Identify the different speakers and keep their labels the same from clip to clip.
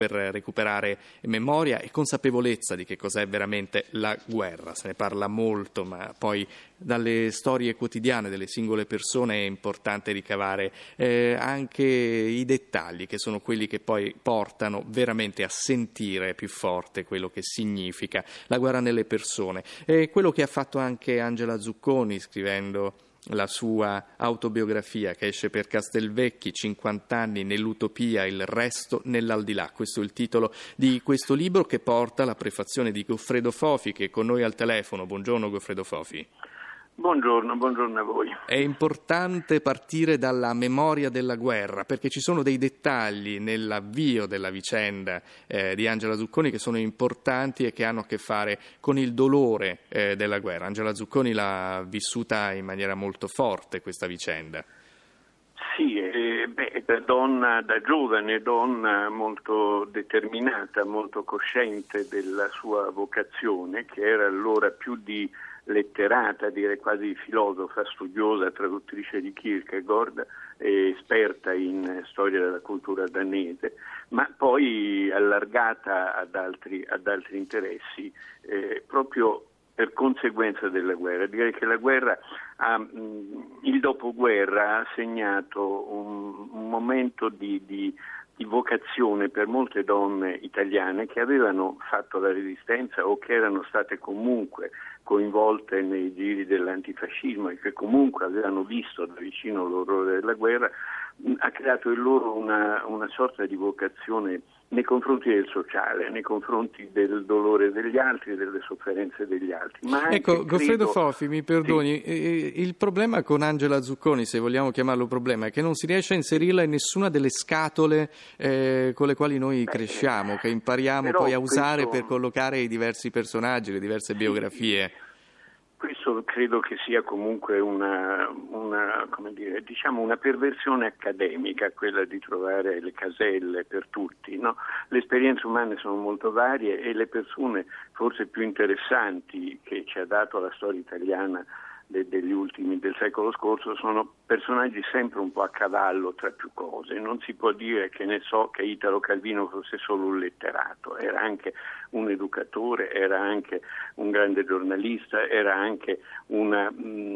Speaker 1: per recuperare memoria e consapevolezza di che cos'è veramente la guerra. Se ne parla molto, ma poi dalle storie quotidiane delle singole persone è importante ricavare anche i dettagli, che sono quelli che poi portano veramente a sentire più forte quello che significa la guerra nelle persone. È quello che ha fatto anche Angela Zucconi scrivendo la sua autobiografia che esce per Castelvecchi, 50 anni nell'utopia, il resto nell'aldilà. Questo è il titolo di questo libro, che porta la prefazione di Goffredo Fofi, che è con noi al telefono. Buongiorno Goffredo Fofi.
Speaker 2: Buongiorno a voi.
Speaker 1: È importante partire dalla memoria della guerra, perché ci sono dei dettagli nell'avvio della vicenda di Angela Zucconi che sono importanti e che hanno a che fare con il dolore della guerra. Angela Zucconi l'ha vissuta in maniera molto forte questa vicenda.
Speaker 2: Sì, da giovane donna molto determinata, molto cosciente della sua vocazione, che era allora più di letterata, direi quasi filosofa, studiosa, traduttrice di Kierkegaard, esperta in storia della cultura danese, ma poi allargata ad altri interessi, proprio per conseguenza della guerra. Direi che la guerra, il dopoguerra ha segnato un momento di vocazione per molte donne italiane che avevano fatto la resistenza o che erano state comunque coinvolte nei giri dell'antifascismo e che comunque avevano visto da vicino l'orrore della guerra. Ha creato in loro una sorta di vocazione nei confronti del sociale, nei confronti del dolore degli altri, delle sofferenze degli altri. Ma anche,
Speaker 1: ecco, Goffredo Fofi, mi perdoni, sì. Il problema con Angela Zucconi, se vogliamo chiamarlo problema, è che non si riesce a inserirla in nessuna delle scatole con le quali noi cresciamo, che impariamo poi a usare per collocare i diversi personaggi, le diverse biografie.
Speaker 2: Questo credo che sia comunque una perversione accademica, quella di trovare le caselle per tutti, no? Le esperienze umane sono molto varie e le persone forse più interessanti che ci ha dato la storia italiana degli ultimi del secolo scorso sono personaggi sempre un po' a cavallo tra più cose. Non si può dire che Italo Calvino fosse solo un letterato, era anche un educatore, era anche un grande giornalista, era anche a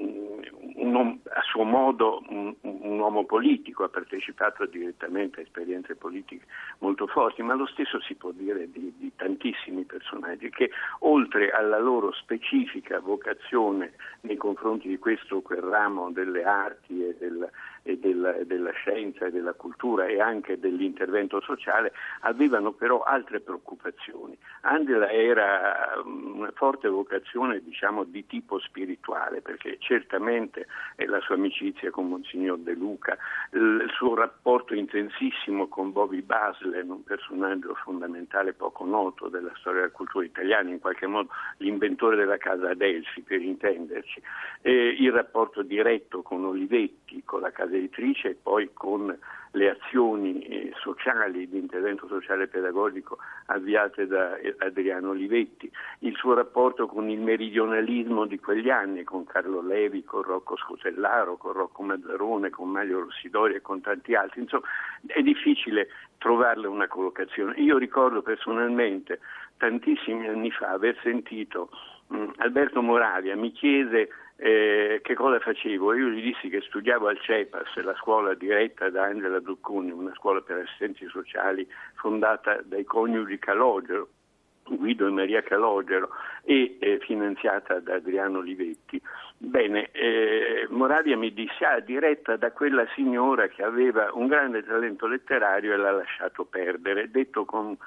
Speaker 2: suo modo un uomo politico, ha partecipato direttamente a esperienze politiche molto forti, ma lo stesso si può dire di tantissimi personaggi che, oltre alla loro specifica vocazione nei confronti di questo o quel ramo delle arti e della scienza e della cultura e anche dell'intervento sociale, avevano però altre preoccupazioni. Angela era una forte vocazione, di tipo spirituale, perché certamente la sua amicizia con Monsignor De Luca, il suo rapporto intensissimo con Bobby Basler, un personaggio fondamentale poco noto della storia della cultura italiana, in qualche modo l'inventore della casa Adelphi, per intenderci, il rapporto diretto con Olivetti, con la casa editrice e poi con le azioni sociali di intervento sociale e pedagogico avviate da Adriano Olivetti, il suo rapporto con il meridionalismo di quegli anni, con Carlo Levi, con Rocco Scutellaro, con Rocco Mazzarone, con Mario Rossidori e con tanti altri. Insomma, è difficile trovarle una collocazione. Io ricordo personalmente, tantissimi anni fa, aver sentito Alberto Moravia mi chiese che cosa facevo. Io gli dissi che studiavo al CEPAS, la scuola diretta da Angela Zucconi, una scuola per assistenti sociali fondata dai coniugi Calogero, Guido e Maria Calogero, e finanziata da Adriano Olivetti. Bene, Moravia mi disse, diretta da quella signora che aveva un grande talento letterario e l'ha lasciato perdere, detto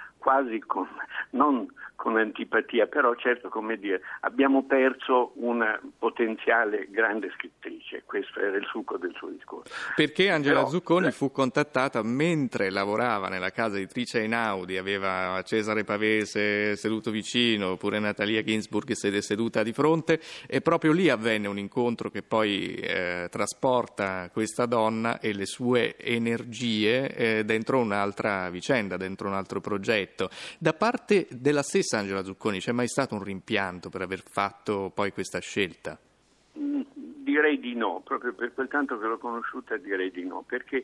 Speaker 2: non con antipatia, però certo, abbiamo perso una potenziale grande scrittrice. Questo era il succo del suo discorso.
Speaker 1: Perché Angela Zucconi fu contattata mentre lavorava nella casa editrice Einaudi, aveva Cesare Pavese seduto vicino, oppure Natalia Ginsburg seduta di fronte, e proprio lì avvenne un incontro che poi trasporta questa donna e le sue energie dentro un'altra vicenda, dentro un altro progetto. Da parte della stessa Angela Zucconi c'è mai stato un rimpianto per aver fatto poi questa scelta?
Speaker 2: Direi di no, proprio per quel tanto che l'ho conosciuta direi di no, perché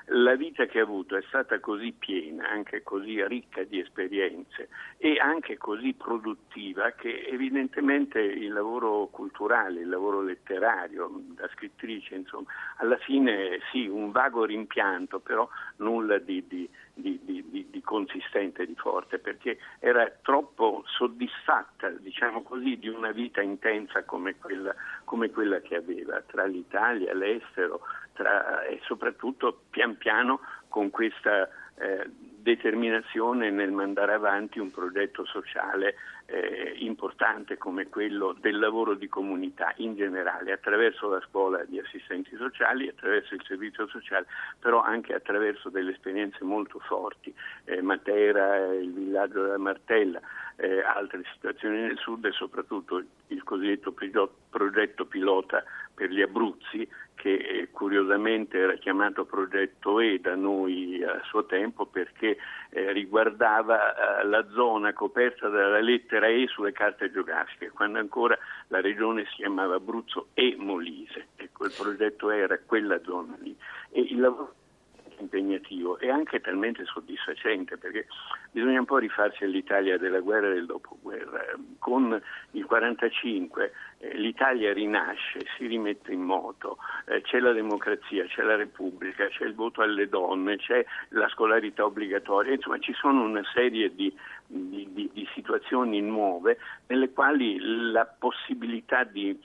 Speaker 2: la vita che ha avuto è stata così piena, anche così ricca di esperienze e anche così produttiva, che evidentemente il lavoro culturale, il lavoro letterario, da scrittrice, insomma, alla fine sì, un vago rimpianto, però nulla di consistente, di forte, perché era troppo soddisfatta, diciamo così, di una vita intensa come quella che aveva, tra l'Italia, l'estero, e soprattutto pian piano con questa determinazione nel mandare avanti un progetto sociale importante come quello del lavoro di comunità in generale, attraverso la scuola di assistenti sociali, attraverso il servizio sociale, però anche attraverso delle esperienze molto forti, Matera, il villaggio della Martella, altre situazioni nel sud e soprattutto il cosiddetto progetto pilota per gli Abruzzi, che curiosamente era chiamato progetto E da noi a suo tempo, perché riguardava la zona coperta dalla lettera E sulle carte geografiche, quando ancora la regione si chiamava Abruzzo e Molise. Ecco, il progetto E era quella zona lì. E il lavoro impegnativo e anche talmente soddisfacente, perché bisogna un po' rifarsi all'Italia della guerra e del dopoguerra. Con il 45 l'Italia rinasce, si rimette in moto, c'è la democrazia, c'è la Repubblica, c'è il voto alle donne, c'è la scolarità obbligatoria, insomma ci sono una serie di situazioni nuove nelle quali la possibilità di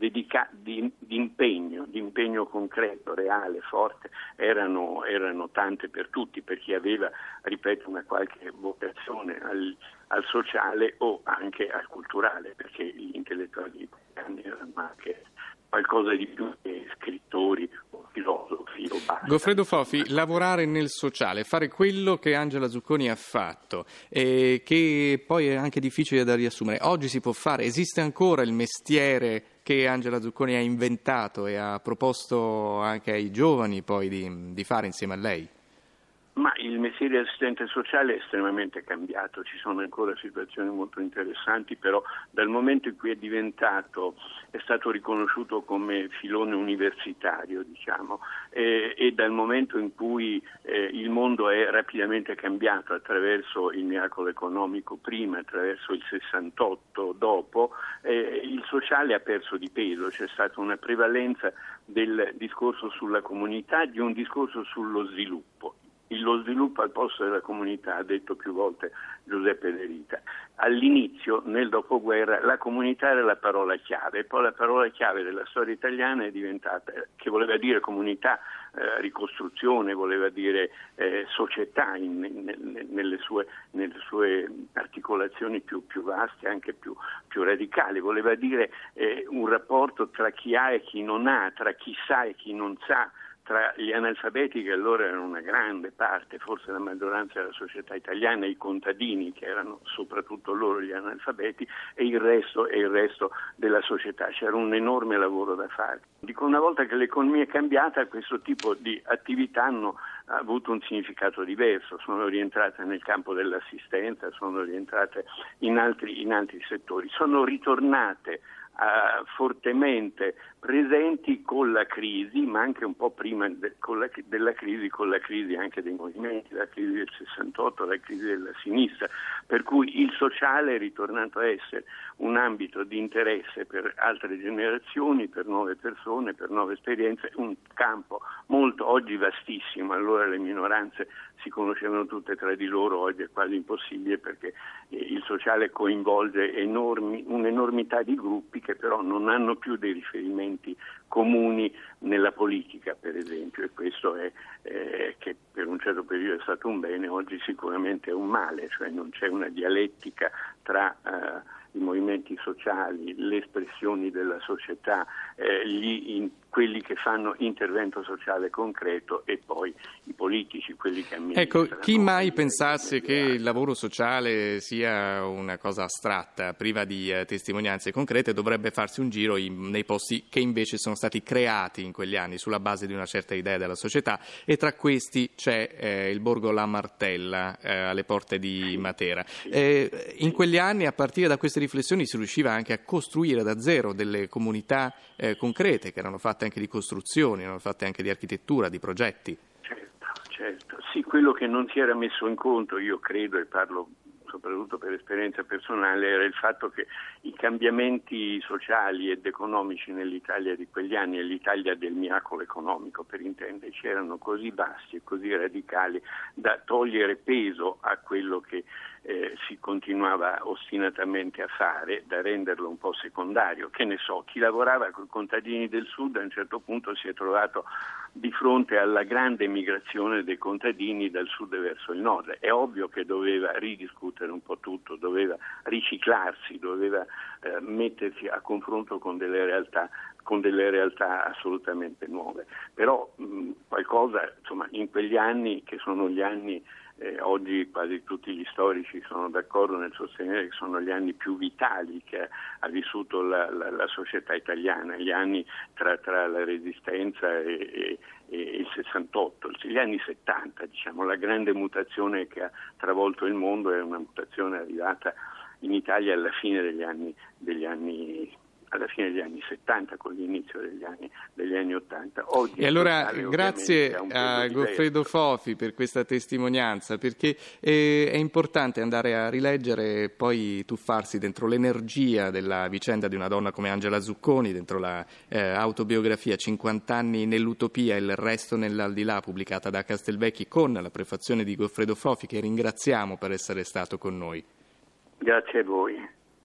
Speaker 2: impegno concreto, reale, forte, erano tante per tutti, per chi aveva, ripeto, una qualche vocazione al sociale o anche al culturale, perché gli intellettuali italiani erano anche qualcosa di più che scrittori o filosofi o basta.
Speaker 1: Goffredo Fofi, lavorare nel sociale, fare quello che Angela Zucconi ha fatto e che poi è anche difficile da riassumere. Oggi si può fare, esiste ancora il mestiere che Angela Zucconi ha inventato e ha proposto anche ai giovani poi di fare insieme a lei?
Speaker 2: Ma il mestiere di assistente sociale è estremamente cambiato, ci sono ancora situazioni molto interessanti, però dal momento in cui è stato riconosciuto come filone universitario, diciamo, e dal momento in cui il mondo è rapidamente cambiato attraverso il miracolo economico prima, attraverso il 68 dopo, il sociale ha perso di peso, c'è stata una prevalenza del discorso sulla comunità, di un discorso sullo sviluppo. Lo sviluppo al posto della comunità, ha detto più volte Giuseppe De Rita. All'inizio, nel dopoguerra, la comunità era la parola chiave, poi la parola chiave della storia italiana è diventata, che voleva dire comunità, ricostruzione, voleva dire società nelle sue articolazioni più vaste, anche più radicali, voleva dire un rapporto tra chi ha e chi non ha, tra chi sa e chi non sa, tra gli analfabeti, che allora erano una grande parte, forse la maggioranza della società italiana, i contadini, che erano soprattutto loro gli analfabeti, e il resto della società. C'era un enorme lavoro da fare. Dico, una volta che l'economia è cambiata, questo tipo di attività hanno avuto un significato diverso, sono rientrate nel campo dell'assistenza, sono rientrate in altri settori, sono ritornate fortemente presenti con la crisi, ma anche un po' prima della crisi, con la crisi anche dei movimenti, la crisi del 68, la crisi della sinistra, per cui il sociale è ritornato a essere un ambito di interesse per altre generazioni, per nuove persone, per nuove esperienze, un campo molto oggi vastissimo. Allora le minoranze si conoscevano tutte tra di loro, oggi è quasi impossibile, perché il sociale coinvolge un'enormità di gruppi che però non hanno più dei riferimenti comuni nella politica, per esempio, e questo è che per un certo periodo è stato un bene, oggi sicuramente è un male, cioè non c'è una dialettica tra i movimenti sociali, le espressioni della società, quelli che fanno intervento sociale concreto e poi i politici, quelli che amministrano.
Speaker 1: Ecco, chi mai pensasse che il lavoro sociale sia una cosa astratta, priva di testimonianze concrete, dovrebbe farsi un giro nei posti che invece sono stati creati in quegli anni sulla base di una certa idea della società, e tra questi c'è il borgo La Martella alle porte di Matera. In quegli anni, a partire da queste riflessioni, si riusciva anche a costruire da zero delle comunità concrete, che erano fatte anche di costruzioni, erano fatte anche di architettura, di progetti.
Speaker 2: Certo, sì, quello che non si era messo in conto, io credo, e parlo soprattutto per esperienza personale, era il fatto che i cambiamenti sociali ed economici nell'Italia di quegli anni, e l'Italia del miracolo economico per intenderci, erano così bassi e così radicali da togliere peso a quello che si continuava ostinatamente a fare, da renderlo un po' secondario. Che ne so, chi lavorava con i contadini del sud a un certo punto si è trovato di fronte alla grande migrazione dei contadini dal sud verso il nord. È ovvio che doveva ridiscutere un po' tutto, doveva riciclarsi, doveva mettersi a confronto con delle realtà assolutamente nuove. Però qualcosa, insomma, in quegli anni, che sono gli anni, oggi quasi tutti gli storici sono d'accordo nel sostenere che sono gli anni più vitali che ha vissuto la società italiana, gli anni tra la Resistenza e il 68, gli anni 70, diciamo, la grande mutazione che ha travolto il mondo è una mutazione arrivata in Italia alla fine degli anni 70, con l'inizio degli anni 80. Oggi
Speaker 1: e allora
Speaker 2: totale,
Speaker 1: grazie a Goffredo Fofi per questa testimonianza, perché è importante andare a rileggere e poi tuffarsi dentro l'energia della vicenda di una donna come Angela Zucconi, dentro la autobiografia 50 anni nell'utopia e il resto nell'aldilà, pubblicata da Castelvecchi con la prefazione di Goffredo Fofi, che ringraziamo per essere stato con noi.
Speaker 2: Grazie a voi.